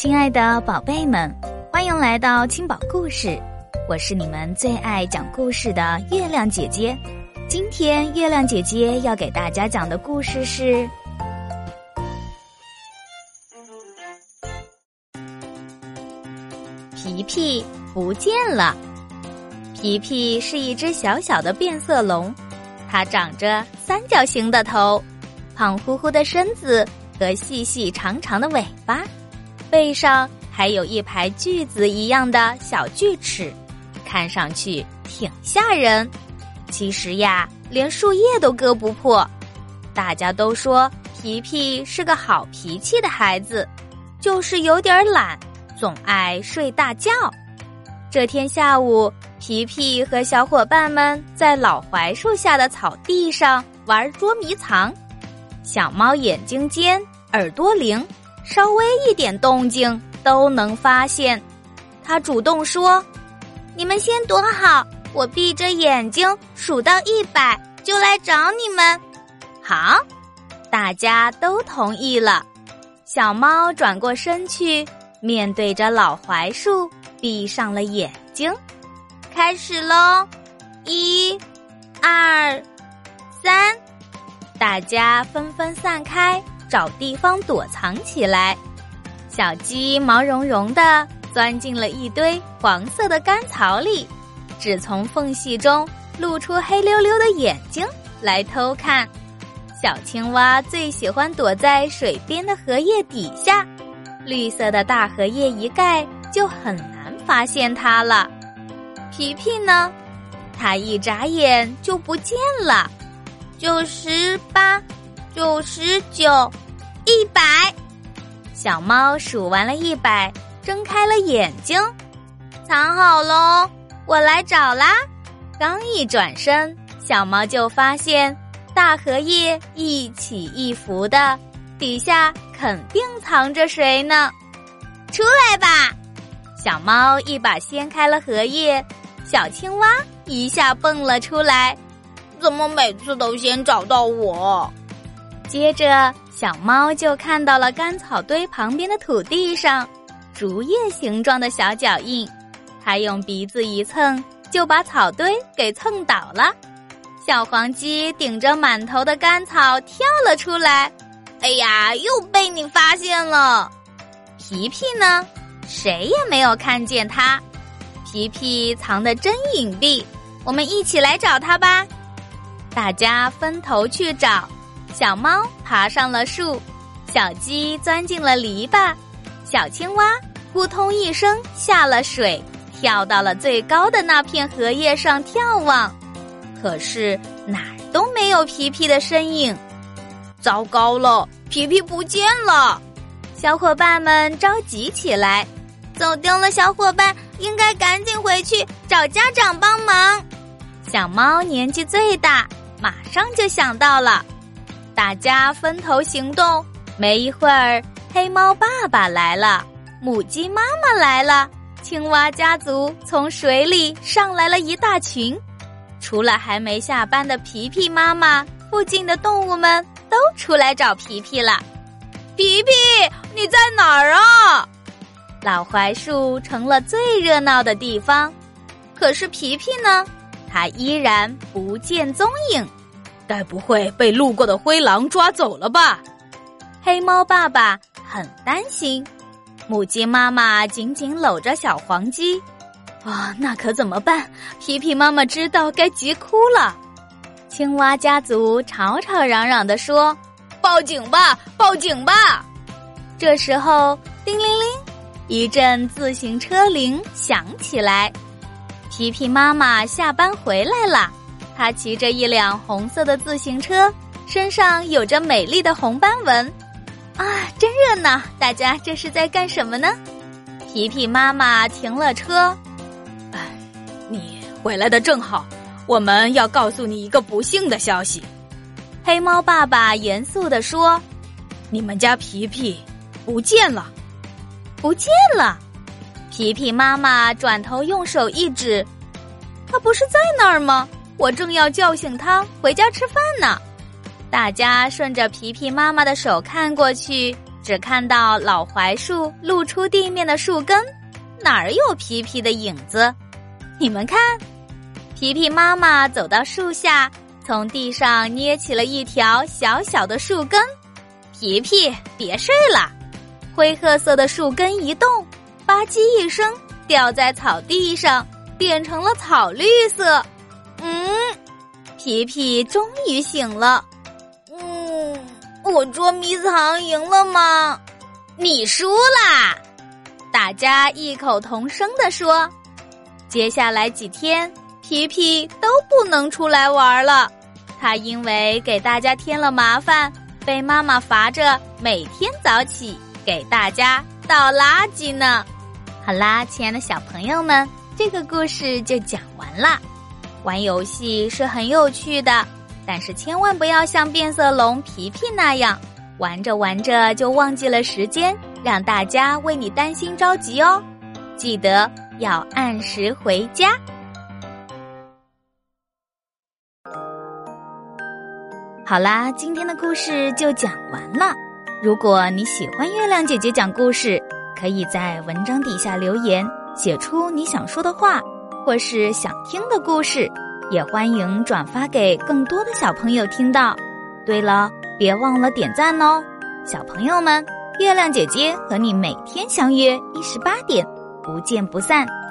亲爱的宝贝们，欢迎来到青宝故事，我是你们最爱讲故事的月亮姐姐。今天月亮姐姐要给大家讲的故事是皮皮不见了。皮皮是一只小小的变色龙，它长着三角形的头，胖乎乎的身子和细细长长的尾巴，背上还有一排锯子一样的小锯齿，看上去挺吓人。其实呀，连树叶都割不破。大家都说皮皮是个好脾气的孩子，就是有点懒，总爱睡大觉。这天下午，皮皮和小伙伴们在老槐树下的草地上玩捉迷藏。小猫眼睛尖，耳朵灵，稍微一点动静都能发现。它主动说：“你们先躲好，我闭着眼睛数到100就来找你们。”好，大家都同意了。小猫转过身去，面对着老槐树，闭上了眼睛。开始咯，1、2、3，大家纷纷散开，找地方躲藏起来。小鸡毛茸茸的钻进了一堆黄色的干草里，只从缝隙中露出黑溜溜的眼睛来偷看。小青蛙最喜欢躲在水边的荷叶底下，绿色的大荷叶一盖就很难发现它了。皮皮呢？它一眨眼就不见了。98、99、100。小猫数完了100，睁开了眼睛。藏好咯，我来找啦。刚一转身，小猫就发现大荷叶一起一伏的，底下肯定藏着谁呢。出来吧！小猫一把掀开了荷叶，小青蛙一下蹦了出来。怎么每次都先找到我？接着小猫就看到了干草堆旁边的土地上竹叶形状的小脚印，它用鼻子一蹭，就把草堆给蹭倒了。小黄鸡顶着满头的干草跳了出来。哎呀，又被你发现了。皮皮呢？谁也没有看见它。皮皮藏得真隐蔽，我们一起来找它吧。大家分头去找。小猫爬上了树，小鸡钻进了篱笆，小青蛙扑通一声下了水，跳到了最高的那片荷叶上眺望。可是哪儿都没有皮皮的身影。糟糕了，皮皮不见了！小伙伴们着急起来。走丢了小伙伴应该赶紧回去找家长帮忙。小猫年纪最大，马上就想到了。大家分头行动，没一会儿，黑猫爸爸来了，母鸡妈妈来了，青蛙家族从水里上来了一大群。除了还没下班的皮皮妈妈，附近的动物们都出来找皮皮了。皮皮，你在哪儿啊？老槐树成了最热闹的地方，可是皮皮呢？它依然不见踪影。 该不会被路过的灰狼抓走了吧？ 黑猫爸爸很担心。母鸡妈妈紧紧搂着小黄鸡。那可怎么办？皮皮妈妈知道该急哭了。青蛙家族吵吵嚷嚷地说：“ 报警吧，报警吧！” 这时候，叮铃铃，一阵自行车铃响起来。皮皮妈妈下班回来了。他骑着一辆红色的自行车，身上有着美丽的红斑纹。真热闹！大家这是在干什么呢？皮皮妈妈停了车。 你回来的正好，我们要告诉你一个不幸的消息。 黑猫爸爸严肃地说：“ 你们家皮皮不见了。” 不见了！皮皮妈妈转头用手一指：“他不是在那儿吗？我正要叫醒他回家吃饭呢。”大家顺着皮皮妈妈的手看过去， 只看到老槐树露出地面的树根，哪儿有皮皮的影子？你们看，皮皮妈妈走到树下，从地上捏起了一条小小的树根。皮皮，别睡了！灰褐色的树根一动，吧唧一声掉在草地上，变成了草绿色。皮皮终于醒了。我捉迷藏赢了吗？你输啦！大家异口同声地说。接下来几天，皮皮都不能出来玩了。他因为给大家添了麻烦，被妈妈罚着每天早起给大家倒垃圾呢。好啦，亲爱的小朋友们，这个故事就讲完了。玩游戏是很有趣的，但是千万不要像变色龙皮皮那样，玩着玩着就忘记了时间，让大家为你担心着急哦。记得要按时回家。好啦，今天的故事就讲完了。如果你喜欢月亮姐姐讲故事，可以在文章底下留言，写出你想说的话，或是想听的故事，也欢迎转发给更多的小朋友听到。对了，别忘了点赞哦。小朋友们，月亮姐姐和你每天相约18点，不见不散。